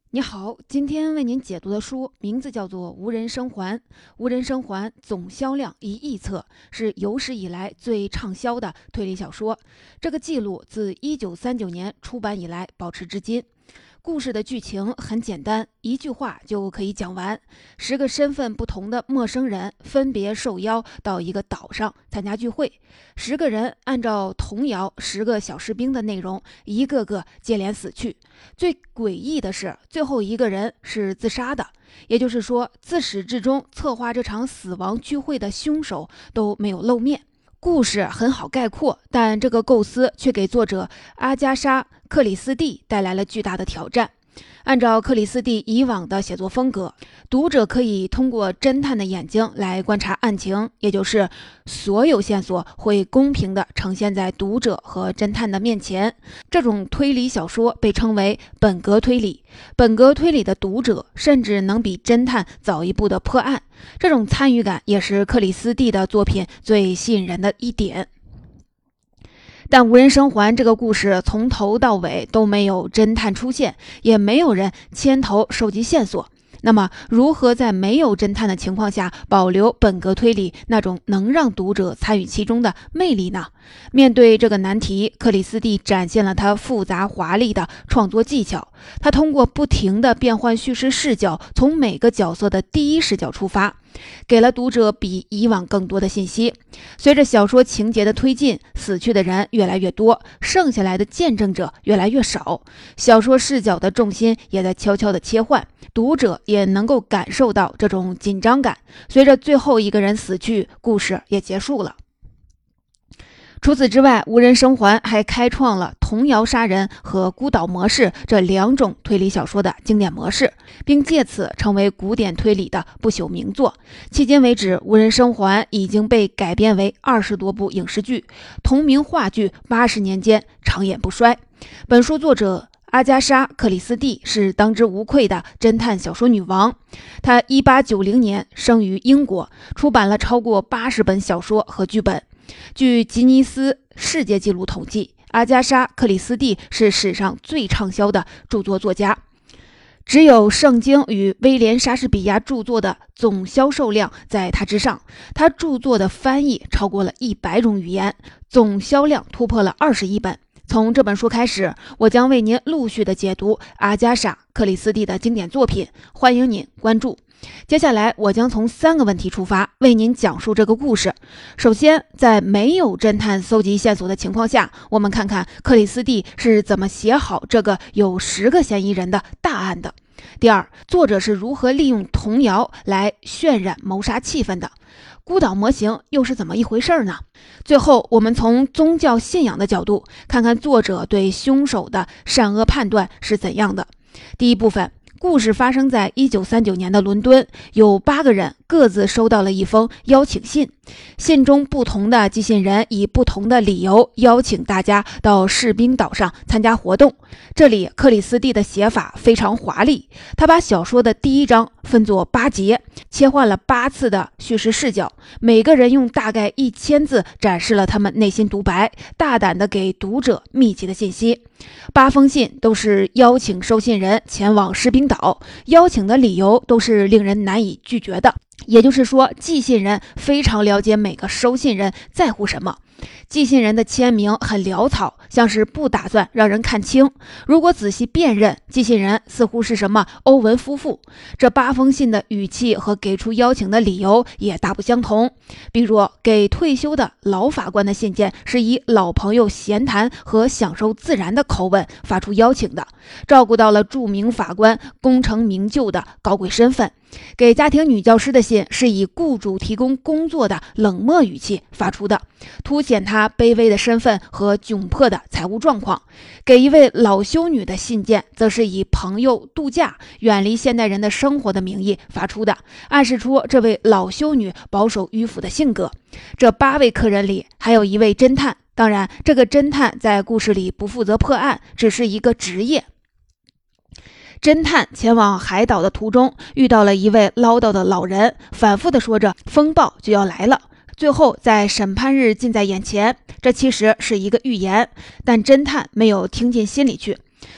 你好，今天为您解读的书名字叫做《无人生还》。《无人生还》总销量1亿册，是有史以来最畅销的推理小说。这个记录自1939年出版以来保持至今。故事的剧情很简单，一句话就可以讲完。10个身份不同的陌生人分别受邀到一个岛上参加聚会，10个人按照童谣10个小士兵的内容，一个个接连死去。最诡异的是，最后一个人是自杀的，也就是说，自始至终策划这场死亡聚会的凶手都没有露面。故事很好概括，但这个构思却给作者阿加莎·克里斯蒂带来了巨大的挑战。按照克里斯蒂以往的写作风格，读者可以通过侦探的眼睛来观察案情，也就是所有线索会公平地呈现在读者和侦探的面前。这种推理小说被称为本格推理。本格推理的读者甚至能比侦探早一步的破案，这种参与感也是克里斯蒂的作品最吸引人的一点。但无人生还这个故事从头到尾都没有侦探出现，也没有人牵头收集线索。那么，如何在没有侦探的情况下保留本格推理那种能让读者参与其中的魅力呢？面对这个难题，克里斯蒂展现了他复杂华丽的创作技巧。他通过不停的变换叙事视角，从每个角色的第一视角出发，给了读者比以往更多的信息。随着小说情节的推进，死去的人越来越多，剩下来的见证者越来越少，小说视角的重心也在悄悄地切换，读者也能够感受到这种紧张感。随着最后一个人死去，故事也结束了。除此之外，无人生还还开创了童谣杀人和孤岛模式这2种推理小说的经典模式，并借此成为古典推理的不朽名作。迄今为止，无人生还已经被改编为20多部影视剧，同名话剧80年间长演不衰。本书作者阿加莎·克里斯蒂是当之无愧的侦探小说女王。她1890年生于英国，出版了超过80本小说和剧本。据吉尼斯世界纪录统计，阿加莎·克里斯蒂是史上最畅销的著作作家，只有《圣经》与威廉·莎士比亚著作的总销售量在他之上。他著作的翻译超过了100种语言，总销量突破了21本。从这本书开始，我将为您陆续的解读阿加莎·克里斯蒂的经典作品，欢迎您关注。接下来我将从3个问题出发，为您讲述这个故事。首先，在没有侦探搜集线索的情况下，我们看看克里斯蒂是怎么写好这个有10个嫌疑人的大案的。第二，作者是如何利用童谣来渲染谋杀气氛的？孤岛模型又是怎么一回事呢？最后，我们从宗教信仰的角度，看看作者对凶手的善恶判断是怎样的。第一部分，故事发生在1939年的伦敦，有8个人各自收到了一封邀请信，信中不同的寄信人以不同的理由邀请大家到士兵岛上参加活动。这里克里斯蒂的写法非常华丽，他把小说的第1章分作8节，切换了8次的叙事视角，每个人用大概1000字展示了他们内心独白，大胆地给读者密集的信息。8封信都是邀请收信人前往士兵岛，邀请的理由都是令人难以拒绝的。也就是说，寄信人非常了解每个收信人在乎什么。寄信人的签名很潦草，像是不打算让人看清。如果仔细辨认，寄信人似乎是什么欧文夫妇。这8封信的语气和给出邀请的理由也大不相同。比如，给退休的老法官的信件是以老朋友闲谈和享受自然的口吻发出邀请的，照顾到了著名法官功成名就的高贵身份。给家庭女教师的信是以雇主提供工作的冷漠语气发出的，凸显她卑微的身份和窘迫的财务状况。给一位老修女的信件则是以朋友度假、远离现代人的生活的名义发出的，暗示出这位老修女保守迂腐的性格。这8位客人里还有1位侦探，当然这个侦探在故事里不负责破案，只是一个职业。侦探前往海岛的途中，遇到了一位唠叨的老人，反复地说着风暴就要来了。最后在审判日近在眼前，这其实是一个预言，但侦探没有听进心里去。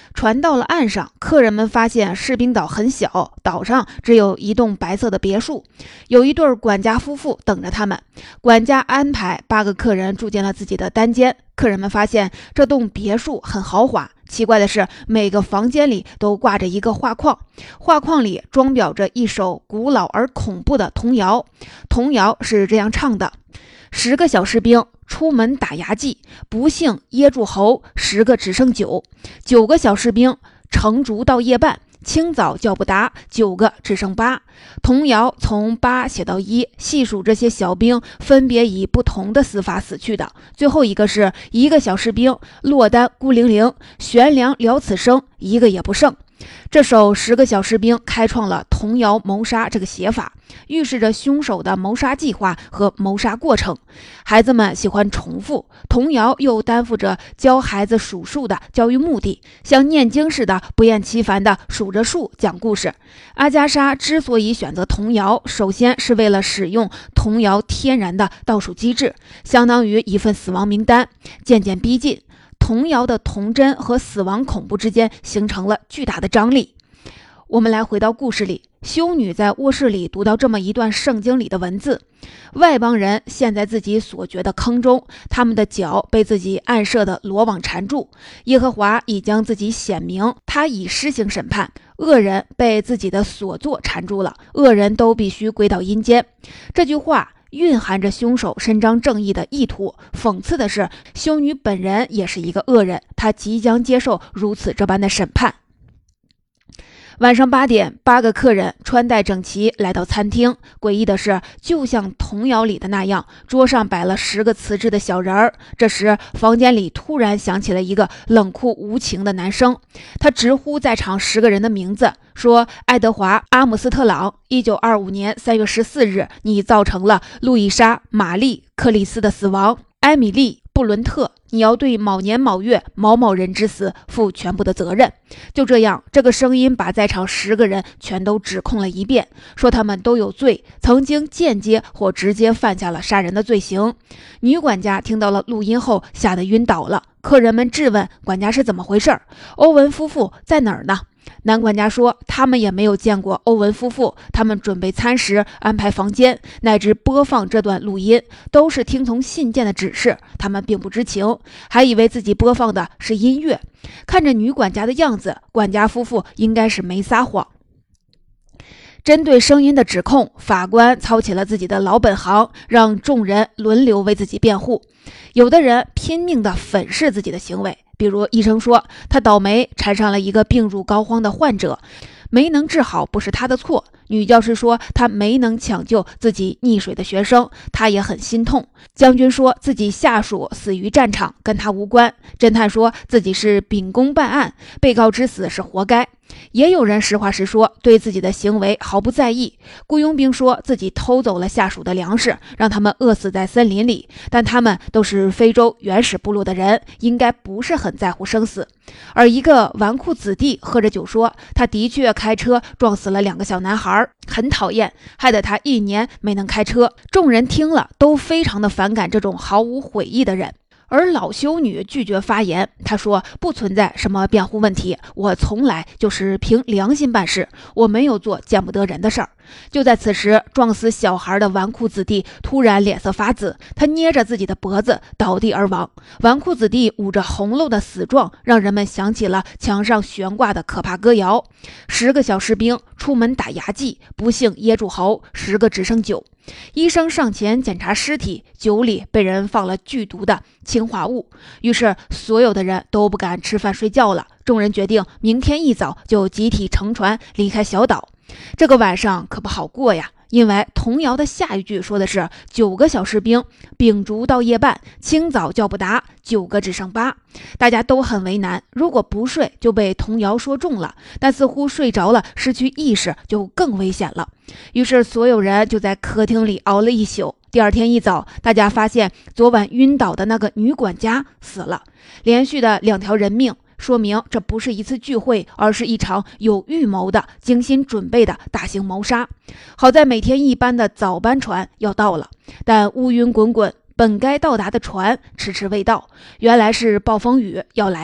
船到了岸上，客人们发现士兵岛很小，岛上只有一栋白色的别墅，有一对管家夫妇等着他们。管家安排8个客人住进了自己的单间。客人们发现这栋别墅很豪华，奇怪的是，每个房间里都挂着一个画框，画框里装裱着一首古老而恐怖的童谣。童谣是这样唱的：10个小士兵出门打牙祭，不幸噎住喉，10个只剩9。9个小士兵成竹到夜半，清早叫不答，9个只剩8。童谣从8写到1，细数这些小兵分别以不同的死法死去的。最后一个是1个小士兵落单孤零零，悬梁了此生，一个也不剩。这首10个小士兵开创了童谣谋杀这个写法，预示着凶手的谋杀计划和谋杀过程。孩子们喜欢重复，童谣又担负着教孩子数数的教育目的，像念经似的不厌其烦地数着数讲故事。阿加莎之所以选择童谣，首先是为了使用童谣天然的倒数机制，相当于一份死亡名单，渐渐逼近。童谣的童真和死亡恐怖之间形成了巨大的张力。我们来回到故事里，修女在卧室里读到这么一段圣经里的文字：外邦人陷在自己所掘的坑中，他们的脚被自己暗设的罗网缠住。耶和华已将自己显明，他已施行审判。恶人被自己的所作缠住了，恶人都必须归到阴间。这句话蕴含着凶手伸张正义的意图。讽刺的是，修女本人也是一个恶人，她即将接受如此这般的审判。晚上8点，8个客人穿戴整齐来到餐厅。诡异的是，就像童谣里的那样，桌上摆了10个瓷制的小人儿。这时，房间里突然响起了一个冷酷无情的男声，他直呼在场10个人的名字，说：爱德华·阿姆斯特朗，1925年3月14日，你造成了路易莎·玛丽·克里斯的死亡。埃米丽·布伦特，你要对某年某月某某人之死负全部的责任。就这样，这个声音把在场10个人全都指控了一遍，说他们都有罪，曾经间接或直接犯下了杀人的罪行。女管家听到了录音后吓得晕倒了。客人们质问管家是怎么回事，欧文夫妇在哪儿呢？男管家说，他们也没有见过欧文夫妇，他们准备餐食、安排房间，乃至播放这段录音，都是听从信件的指示，他们并不知情，还以为自己播放的是音乐。看着女管家的样子，管家夫妇应该是没撒谎。针对声音的指控，法官操起了自己的老本行，让众人轮流为自己辩护。有的人拼命地粉饰自己的行为，比如医生说他倒霉缠上了一个病入膏肓的患者，没能治好不是他的错。女教师说他没能抢救自己溺水的学生，他也很心痛。将军说自己下属死于战场，跟他无关。侦探说自己是秉公办案，被告之死是活该。也有人实话实说，对自己的行为毫不在意。雇佣兵说自己偷走了下属的粮食，让他们饿死在森林里，但他们都是非洲原始部落的人，应该不是很在乎生死。而一个纨绔子弟喝着酒说，他的确开车撞死了2个小男孩，很讨厌，害得他1年没能开车。众人听了都非常的反感这种毫无悔意的人。而老修女拒绝发言，她说不存在什么辩护问题，我从来就是凭良心办事，我没有做见不得人的事儿。就在此时，撞死小孩的纨绔子弟突然脸色发紫，他捏着自己的脖子倒地而亡。纨绔子弟捂着红漏的死状，让人们想起了墙上悬挂的可怕歌谣：10个小士兵出门打牙祭，不幸噎住喉，10个只剩9。医生上前检查尸体，酒里被人放了剧毒的氰化物，于是所有的人都不敢吃饭睡觉了。众人决定明天一早就集体乘船离开小岛。这个晚上可不好过呀，因为童谣的下一句说的是9个小士兵秉烛到夜半，清早叫不答，9个只剩8。大家都很为难，如果不睡就被童谣说中了，但似乎睡着了失去意识就更危险了。于是所有人就在客厅里熬了一宿。第二天一早，大家发现昨晚晕倒的那个女管家死了，连续的2条人命，说明这不是一次聚会，而是一场有预谋的、精心准备的大型谋杀。好在每天一班的早班船要到了，但乌云滚滚，本该到达的船迟迟未到，原来是暴风雨要来了。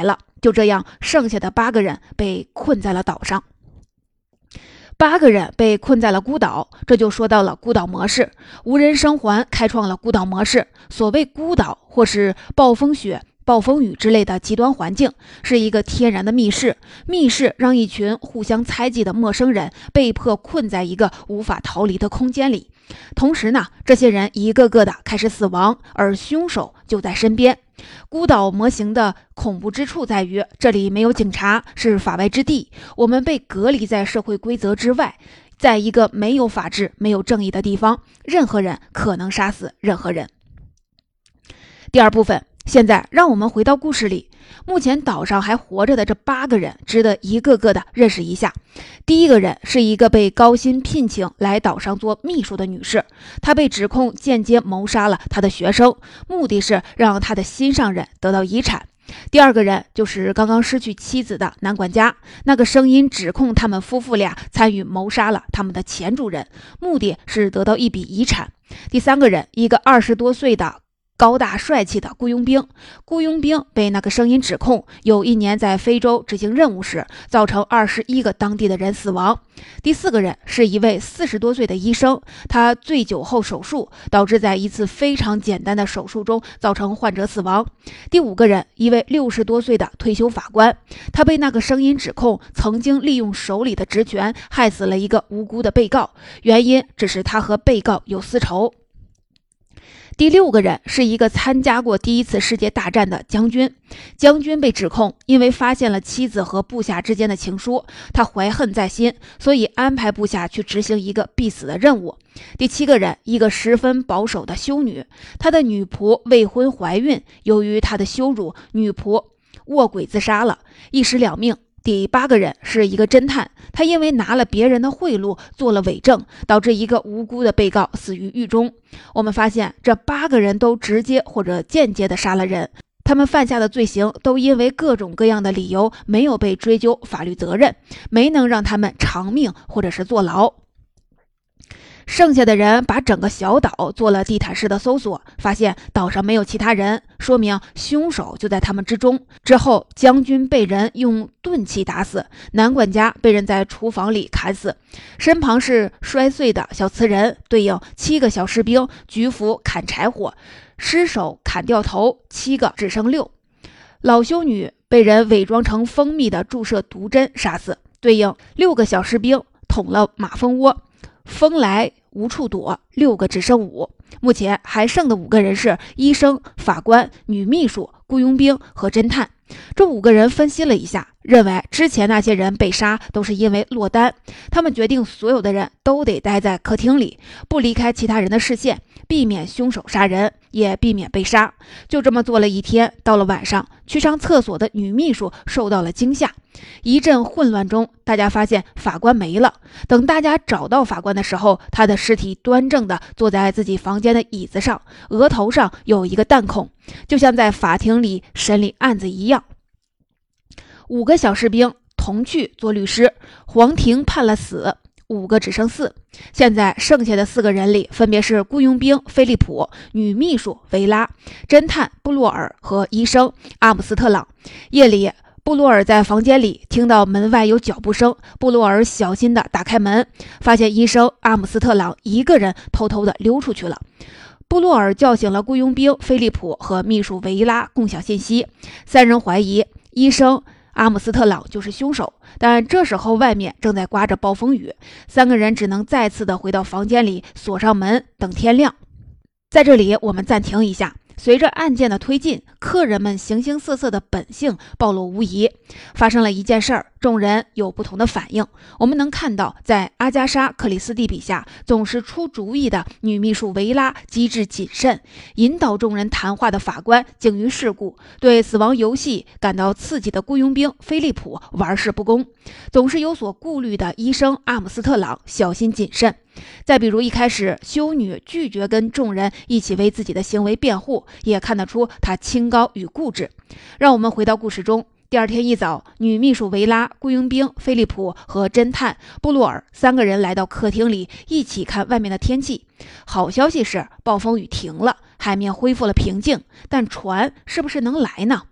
就这样，剩下的8个人被困在了岛上。8个人被困在了孤岛，这就说到了孤岛模式。无人生还开创了孤岛模式。所谓孤岛或是暴风雪、暴风雨之类的极端环境，是一个天然的密室。密室让一群互相猜忌的陌生人被迫困在一个无法逃离的空间里。同时呢，这些人一个个的开始死亡，而凶手就在身边。孤岛模型的恐怖之处在于，这里没有警察，是法外之地，我们被隔离在社会规则之外，在一个没有法治、没有正义的地方，任何人可能杀死任何人。第二部分，现在让我们回到故事里。目前岛上还活着的这8个人值得一个个的认识一下。第一个人是一个被高薪聘请来岛上做秘书的女士，她被指控间接谋杀了她的学生，目的是让她的心上人得到遗产。第二个人就是刚刚失去妻子的男管家，那个声音指控他们夫妇俩参与谋杀了他们的前主人，目的是得到一笔遗产。第三个人，一个20多岁的高大帅气的雇佣兵。雇佣兵被那个声音指控，有一年在非洲执行任务时，造成21个当地的人死亡。第四个人是一位40多岁的医生，他醉酒后手术，导致在一次非常简单的手术中造成患者死亡。第五个人，一位60多岁的退休法官，他被那个声音指控曾经利用手里的职权害死了一个无辜的被告，原因只是他和被告有私仇。第6个人是一个参加过第1次世界大战的将军，将军被指控因为发现了妻子和部下之间的情书，他怀恨在心，所以安排部下去执行一个必死的任务。第7个人，一个十分保守的修女，她的女仆未婚怀孕，由于她的羞辱，女仆卧轨自杀了，一尸两命。第8个人是一个侦探，他因为拿了别人的贿赂做了伪证，导致一个无辜的被告死于狱中。我们发现这8个人都直接或者间接的杀了人，他们犯下的罪行都因为各种各样的理由没有被追究法律责任，没能让他们偿命或者是坐牢。剩下的人把整个小岛做了地毯式的搜索，发现岛上没有其他人，说明凶手就在他们之中。之后，将军被人用钝器打死，男管家被人在厨房里砍死，身旁是摔碎的小瓷人，对应7个小士兵举斧砍柴火，失手砍掉头，7个只剩6。老修女被人伪装成蜂蜜的注射毒针杀死，对应6个小士兵捅了马蜂窝，风来无处躲，6个只剩5。目前还剩的5个人是医生、法官、女秘书、雇佣兵和侦探。这5个人分析了一下，认为之前那些人被杀都是因为落单，他们决定所有的人都得待在客厅里，不离开其他人的视线，避免凶手杀人，也避免被杀。就这么做了1天，到了晚上，去上厕所的女秘书受到了惊吓，一阵混乱中，大家发现法官没了。等大家找到法官的时候，他的尸体端正地坐在自己房间的椅子上，额头上有一个弹孔，就像在法庭里审理案子一样。5个小士兵同去做律师，皇庭判了死，5个只剩4。现在剩下的4个人里，分别是雇佣兵菲利普、女秘书维拉、侦探布洛尔和医生阿姆斯特朗。夜里，布洛尔在房间里听到门外有脚步声，布洛尔小心地打开门，发现医生阿姆斯特朗一个人偷偷地溜出去了。布洛尔叫醒了雇佣兵菲利普和秘书维拉，共享信息。3人怀疑医生阿姆斯特朗就是凶手，但这时候外面正在刮着暴风雨，3个人只能再次的回到房间里，锁上门，等天亮。在这里我们暂停一下，随着案件的推进，客人们形形色色的本性暴露无遗。发生了一件事儿，众人有不同的反应。我们能看到，在阿加莎·克里斯蒂笔下，总是出主意的女秘书维拉机智谨慎，引导众人谈话的法官精于世故，对死亡游戏感到刺激的雇佣兵菲利普玩世不恭，总是有所顾虑的医生阿姆斯特朗小心谨慎。再比如一开始修女拒绝跟众人一起为自己的行为辩护，也看得出她清高与固执。让我们回到故事中，第2天一早，女秘书维拉、雇佣兵菲利普和侦探布洛尔3个人来到客厅里，一起看外面的天气。好消息是暴风雨停了，海面恢复了平静，但船是不是能来呢？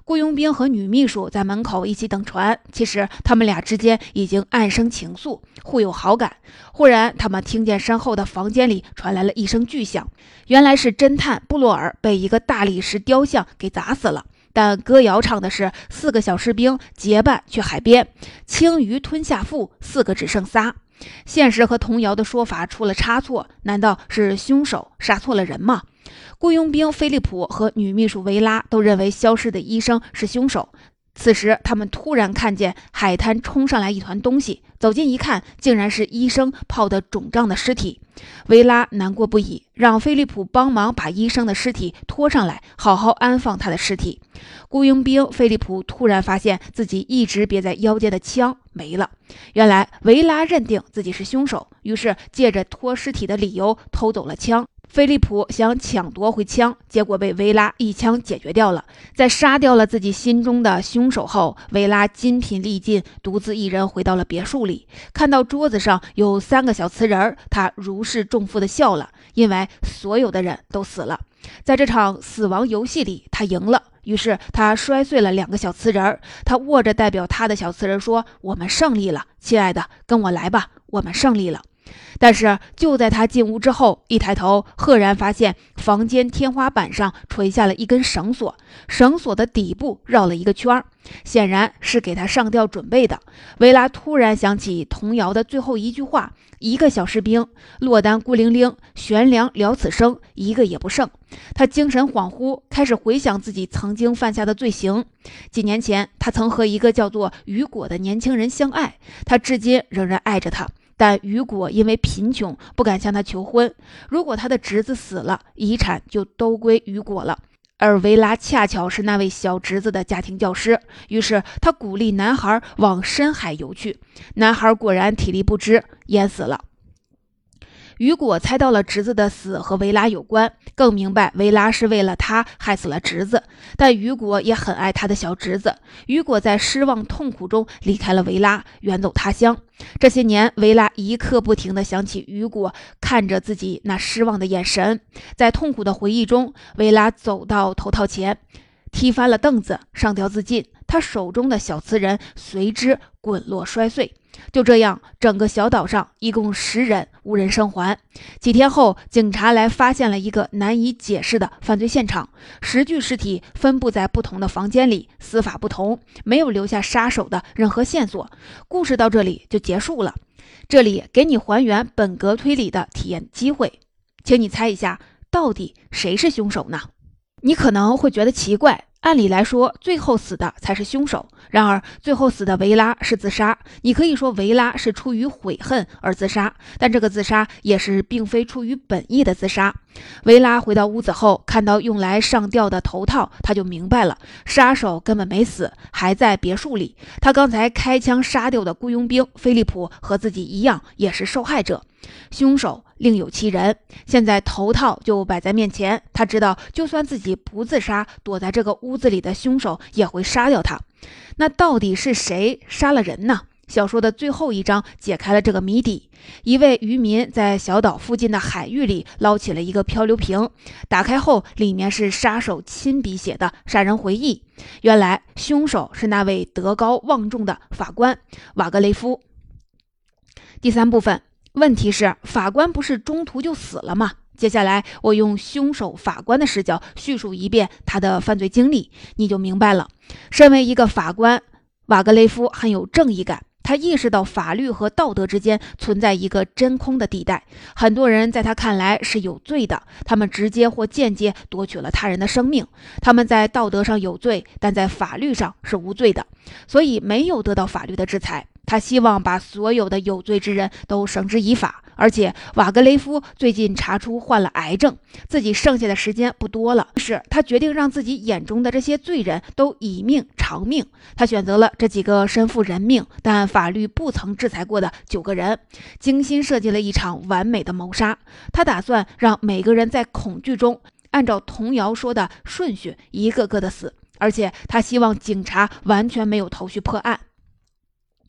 雇佣兵和女秘书在门口一起等船，其实他们俩之间已经暗生情愫，互有好感。忽然，他们听见身后的房间里传来了一声巨响，原来是侦探布洛尔被一个大理石雕像给砸死了。但歌谣唱的是4个小士兵结伴去海边，青鱼吞下腹，4个只剩仨。现实和童谣的说法出了差错，难道是凶手杀错了人吗？雇佣兵菲利普和女秘书维拉都认为消失的医生是凶手。此时他们突然看见海滩冲上来一团东西，走近一看，竟然是医生泡得肿胀的尸体。维拉难过不已，让菲利普帮忙把医生的尸体拖上来，好好安放他的尸体。雇佣兵菲利普突然发现自己一直别在腰间的枪没了，原来维拉认定自己是凶手，于是借着拖尸体的理由偷走了枪。菲利普想抢夺回枪，结果被维拉一枪解决掉了。在杀掉了自己心中的凶手后，维拉精疲力尽，独自一人回到了别墅里。看到桌子上有3个小瓷人，他如释重负地笑了，因为所有的人都死了。在这场死亡游戏里，他赢了。于是他摔碎了2个小瓷人，他握着代表他的小瓷人说：“我们胜利了，亲爱的，跟我来吧，我们胜利了。”但是就在他进屋之后，一抬头赫然发现房间天花板上垂下了一根绳索，绳索的底部绕了一个圈，显然是给他上吊准备的。维拉突然想起童谣的最后一句话：“1个小士兵，落单孤零零，悬梁了此生，一个也不剩。”他精神恍惚，开始回想自己曾经犯下的罪行。几年前，他曾和一个叫做雨果的年轻人相爱，他至今仍然爱着他。但雨果因为贫穷不敢向他求婚，如果他的侄子死了，遗产就都归雨果了。而维拉恰巧是那位小侄子的家庭教师，于是他鼓励男孩往深海游去。男孩果然体力不支，淹死了。雨果猜到了侄子的死和维拉有关，更明白维拉是为了他害死了侄子，但雨果也很爱他的小侄子。雨果在失望痛苦中离开了维拉，远走他乡。这些年，维拉一刻不停地想起雨果看着自己那失望的眼神。在痛苦的回忆中，维拉走到头套前，踢翻了凳子，上吊自尽。他手中的小瓷人随之滚落摔碎。就这样，整个小岛上一共10人无人生还。几天后，警察来发现了一个难以解释的犯罪现场，10具尸体分布在不同的房间里，死法不同，没有留下杀手的任何线索。故事到这里就结束了。这里给你还原本格推理的体验机会，请你猜一下，到底谁是凶手呢？你可能会觉得奇怪，按理来说，最后死的才是凶手。然而，最后死的维拉是自杀。你可以说维拉是出于悔恨而自杀，但这个自杀也是并非出于本意的自杀。维拉回到屋子后，看到用来上吊的头套，他就明白了，杀手根本没死，还在别墅里。他刚才开枪杀掉的雇佣兵菲利普和自己一样，也是受害者。凶手另有其人，现在头套就摆在面前，他知道就算自己不自杀，躲在这个屋子里的凶手也会杀掉他。那到底是谁杀了人呢？小说的最后一章解开了这个谜底。一位渔民在小岛附近的海域里捞起了一个漂流瓶，打开后里面是杀手亲笔写的杀人回忆。原来凶手是那位德高望重的法官瓦格雷夫。第3部分，问题是法官不是中途就死了吗？接下来我用凶手法官的视角叙述一遍他的犯罪经历，你就明白了。身为一个法官，瓦格雷夫很有正义感，他意识到法律和道德之间存在一个真空的地带，很多人在他看来是有罪的，他们直接或间接夺取了他人的生命，他们在道德上有罪，但在法律上是无罪的，所以没有得到法律的制裁。他希望把所有的有罪之人都绳之以法，而且瓦格雷夫最近查出患了癌症，自己剩下的时间不多了，于是他决定让自己眼中的这些罪人都以命偿命。他选择了这几个身负人命但法律不曾制裁过的9个人，精心设计了一场完美的谋杀。他打算让每个人在恐惧中按照童谣说的顺序一个个的死，而且他希望警察完全没有头绪破案。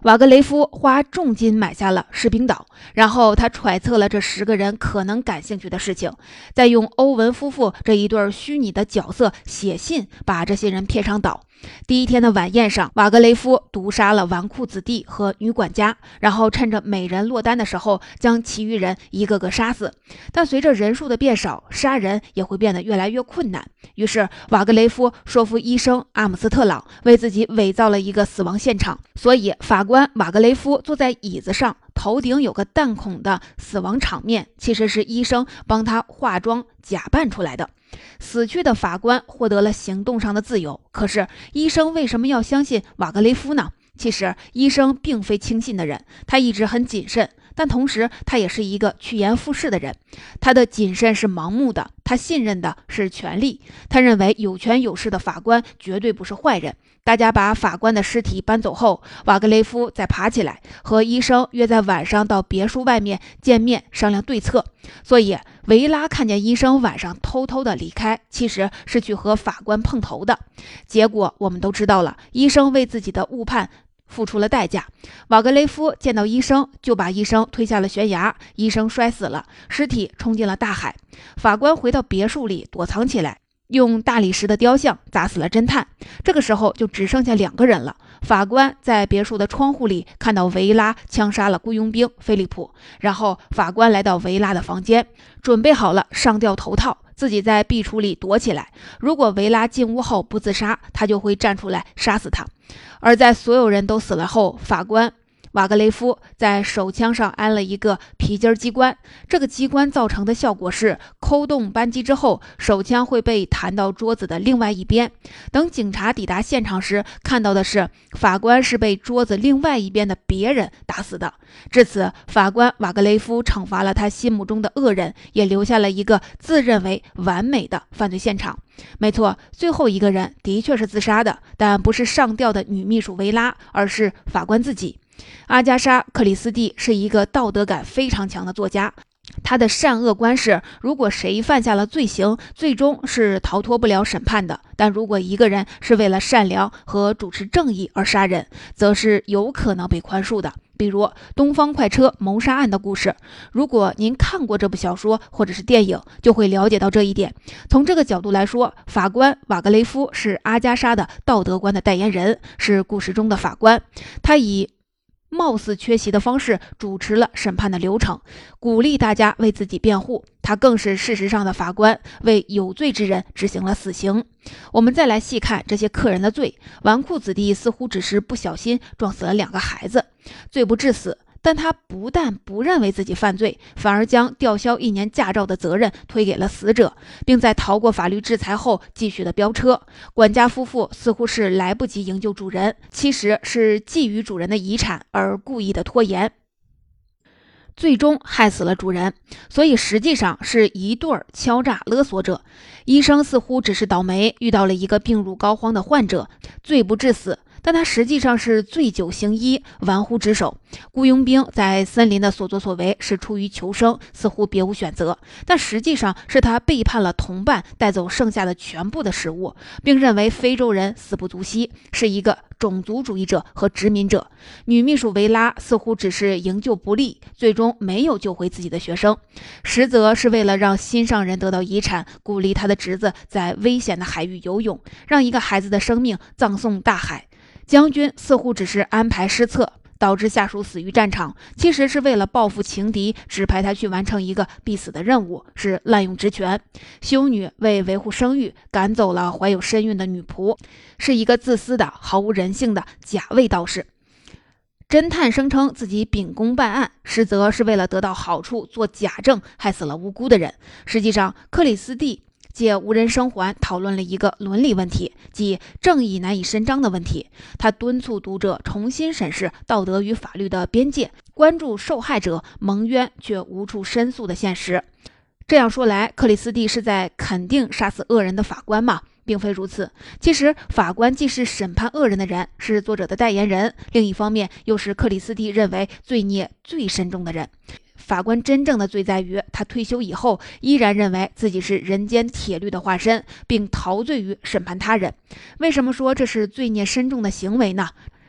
瓦格雷夫花重金买下了士兵岛，然后他揣测了这10个人可能感兴趣的事情，再用欧文夫妇这一对虚拟的角色写信把这些人骗上岛。第一天的晚宴上，瓦格雷夫毒杀了纨绔子弟和女管家，然后趁着每人落单的时候将其余人一个个杀死。但随着人数的变少，杀人也会变得越来越困难。于是瓦格雷夫说服医生阿姆斯特朗为自己伪造了一个死亡现场，所以法官瓦格雷夫坐在椅子上，头顶有个弹孔的死亡场面其实是医生帮他化妆假扮出来的。死去的法官获得了行动上的自由，可是医生为什么要相信瓦格雷夫呢？其实医生并非轻信的人，他一直很谨慎，但同时他也是一个趋炎附势的人。他的谨慎是盲目的，他信任的是权力，他认为有权有势的法官绝对不是坏人。大家把法官的尸体搬走后，瓦格雷夫再爬起来，和医生约在晚上到别墅外面见面商量对策。所以维拉看见医生晚上偷偷的离开，其实是去和法官碰头的。结果我们都知道了，医生为自己的误判付出了代价。瓦格雷夫见到医生就把医生推下了悬崖，医生摔死了，尸体冲进了大海。法官回到别墅里躲藏起来，用大理石的雕像砸死了侦探。这个时候就只剩下2个人了。法官在别墅的窗户里看到维拉枪杀了雇佣兵菲利普，然后法官来到维拉的房间，准备好了上吊头套，自己在壁橱里躲起来。如果维拉进屋后不自杀，他就会站出来杀死他。而在所有人都死了后，法官瓦格雷夫在手枪上安了一个皮筋机关，这个机关造成的效果是扣动扳机之后，手枪会被弹到桌子的另外一边。等警察抵达现场时，看到的是法官是被桌子另外一边的别人打死的。至此，法官瓦格雷夫惩罚了他心目中的恶人，也留下了一个自认为完美的犯罪现场。没错，最后一个人的确是自杀的，但不是上吊的女秘书维拉，而是法官自己。阿加莎·克里斯蒂是一个道德感非常强的作家，他的善恶观是，如果谁犯下了罪行，最终是逃脱不了审判的，但如果一个人是为了善良和主持正义而杀人，则是有可能被宽恕的。比如东方快车谋杀案的故事，如果您看过这部小说或者是电影，就会了解到这一点。从这个角度来说，法官瓦格雷夫是阿加莎的道德观的代言人，是故事中的法官。他以貌似缺席的方式主持了审判的流程，鼓励大家为自己辩护。他更是事实上的法官，为有罪之人执行了死刑。我们再来细看这些客人的罪，纨绔子弟似乎只是不小心撞死了2个孩子，罪不至死。但他不但不认为自己犯罪，反而将吊销1年驾照的责任推给了死者，并在逃过法律制裁后继续的飙车。管家夫妇似乎是来不及营救主人，其实是觊觎主人的遗产而故意的拖延，最终害死了主人。所以实际上是一对敲诈勒索者。医生似乎只是倒霉，遇到了一个病入膏肓的患者，罪不至死，但他实际上是醉酒行医，玩忽职守。雇佣兵在森林的所作所为是出于求生，似乎别无选择，但实际上是他背叛了同伴，带走剩下的全部的食物，并认为非洲人死不足惜，是一个种族主义者和殖民者。女秘书维拉似乎只是营救不力，最终没有救回自己的学生，实则是为了让心上人得到遗产，鼓励他的侄子在危险的海域游泳，让一个孩子的生命葬送大海。将军似乎只是安排失策，导致下属死于战场，其实是为了报复情敌，指派他去完成一个必死的任务，是滥用职权。修女为维护声誉，赶走了怀有身孕的女仆，是一个自私的毫无人性的假位道士。侦探声称自己秉公办案，实则是为了得到好处，做假证，害死了无辜的人。实际上，克里斯蒂借无人生还讨论了一个伦理问题，即正义难以伸张的问题。他敦促读者重新审视道德与法律的边界，关注受害者蒙冤却无处申诉的现实。这样说来，克里斯蒂是在肯定杀死恶人的法官吗？并非如此。其实法官既是审判恶人的人，是作者的代言人，另一方面又是克里斯蒂认为罪孽最深重的人。法官真正的罪在于，他退休以后依然认为自己是人间铁律的化身，并陶醉于审判他人。为什么说这是罪孽深重的行为呢？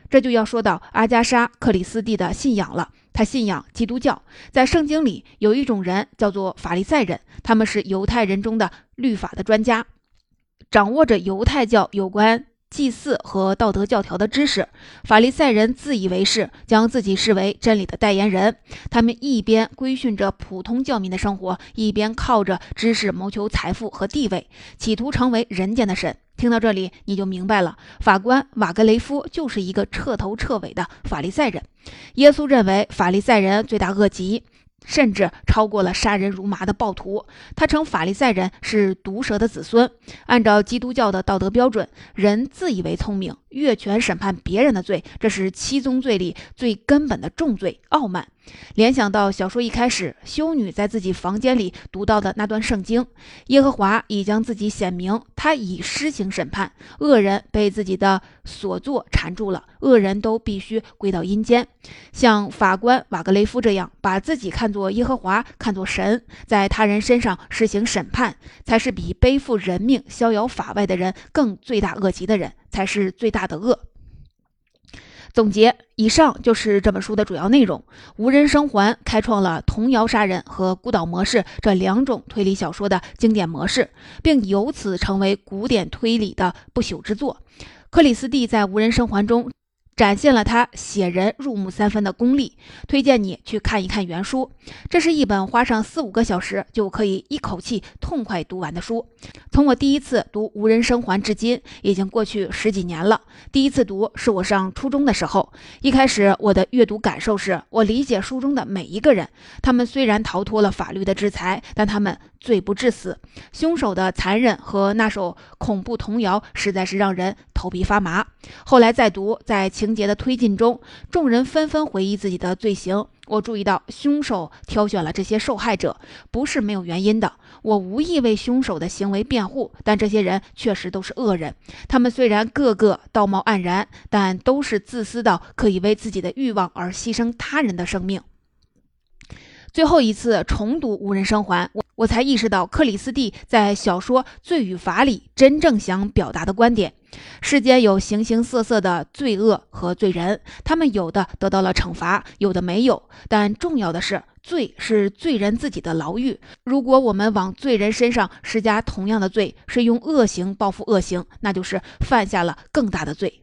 这就要说到阿加莎·克里斯蒂的信仰了。他信仰基督教，在圣经里有一种人叫做法利赛人，他们是犹太人中的律法的专家，掌握着犹太教有关祭祀和道德教条的知识。法利赛人自以为是，将自己视为真理的代言人。他们一边规训着普通教民的生活，一边靠着知识谋求财富和地位，企图成为人间的神。听到这里你就明白了，法官瓦格雷夫就是一个彻头彻尾的法利赛人。耶稣认为法利赛人罪大恶极，甚至超过了杀人如麻的暴徒。他称法利赛人是毒蛇的子孙。按照基督教的道德标准，人自以为聪明，越权审判别人的罪，这是七宗罪里最根本的重罪——傲慢。联想到小说一开始修女在自己房间里读到的那段圣经，耶和华已将自己显明，他已施行审判，恶人被自己的所作缠住了，恶人都必须归到阴间。像法官瓦格雷夫这样把自己看作耶和华，看作神，在他人身上施行审判，才是比背负人命逍遥法外的人更罪大恶极的人，才是最大的恶。总结，以上就是这本书的主要内容。无人生还开创了童谣杀人和孤岛模式这两种推理小说的经典模式，并由此成为古典推理的不朽之作。克里斯蒂在无人生还中展现了他写人入木三分的功力，推荐你去看一看原书。这是一本花上4-5个小时就可以一口气痛快读完的书。从我第一次读无人生还至今已经过去10几年了。第一次读是我上初中的时候，一开始我的阅读感受是，我理解书中的每一个人，他们虽然逃脱了法律的制裁，但他们罪不至死。凶手的残忍和那首恐怖童谣实在是让人头皮发麻。后来再读，在情节的推进中，众人纷纷回忆自己的罪行。我注意到凶手挑选了这些受害者不是没有原因的。我无意为凶手的行为辩护，但这些人确实都是恶人。他们虽然个个道貌岸然，但都是自私到可以为自己的欲望而牺牲他人的生命。最后一次重读无人生还，我才意识到克里斯蒂在小说《罪与罚》里真正想表达的观点。世间有形形色色的罪恶和罪人，他们有的得到了惩罚，有的没有，但重要的是，罪是罪人自己的牢狱。如果我们往罪人身上施加同样的罪，是用恶行报复恶行，那就是犯下了更大的罪。